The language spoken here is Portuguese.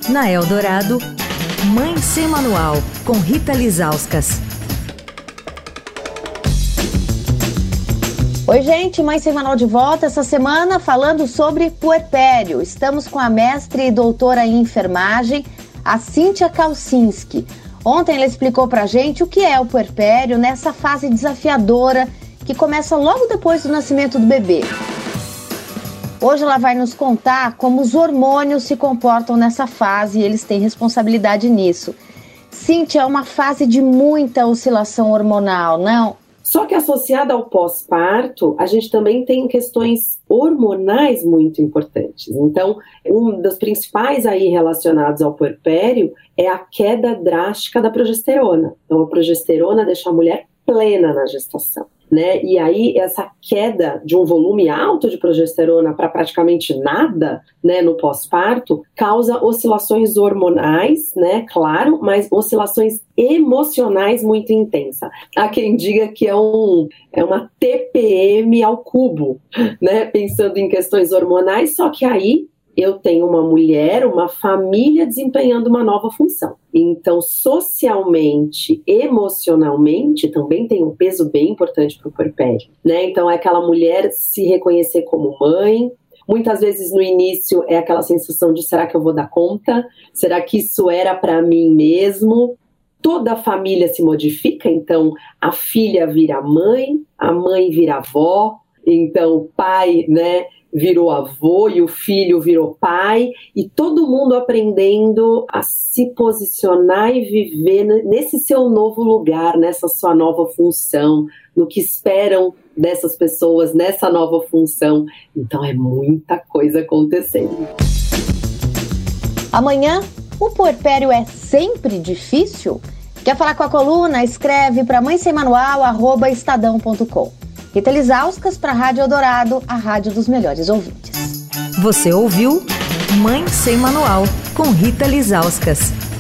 Na Eldorado, Mãe Sem Manual, com Rita Lizauskas. Oi, gente, Mãe Sem Manual de volta essa semana falando sobre puerpério. Estamos com a mestre e doutora em enfermagem, a Cíntia Kalsinski. Ontem ela explicou pra gente o que é o puerpério nessa fase desafiadora que começa logo depois do nascimento do bebê. Hoje ela vai nos contar como os hormônios se comportam nessa fase e eles têm responsabilidade nisso. Cíntia, é uma fase de muita oscilação hormonal, não? Só que associada ao pós-parto, a gente também tem questões hormonais muito importantes. Então, um dos principais aí relacionados ao puerpério é a queda drástica da progesterona. Então, a progesterona deixa a mulher plena na gestação, né? E aí essa queda de um volume alto de progesterona para praticamente nada, né, no pós-parto, causa oscilações hormonais, né, claro, mas oscilações emocionais muito intensas. Há quem diga que é uma TPM ao cubo, né, pensando em questões hormonais, só que aí eu tenho uma mulher, uma família desempenhando uma nova função. Então, socialmente, emocionalmente, também tem um peso bem importante para o puerpério, né? Então, é aquela mulher se reconhecer como mãe. Muitas vezes no início é aquela sensação de será que eu vou dar conta? Será que isso era para mim mesmo? Toda a família se modifica, então a filha vira mãe, a mãe vira avó, então o pai, né, virou avô e o filho virou pai, e todo mundo aprendendo a se posicionar e viver nesse seu novo lugar, nessa sua nova função, no que esperam dessas pessoas nessa nova função. Então é muita coisa acontecendo. Amanhã, o puerpério é sempre difícil? Quer falar com a coluna? Escreve para mãesemmanual@estadão.com. Rita Lizauskas para a Rádio Eldorado, a rádio dos melhores ouvintes. Você ouviu Mãe Sem Manual, com Rita Lizauskas.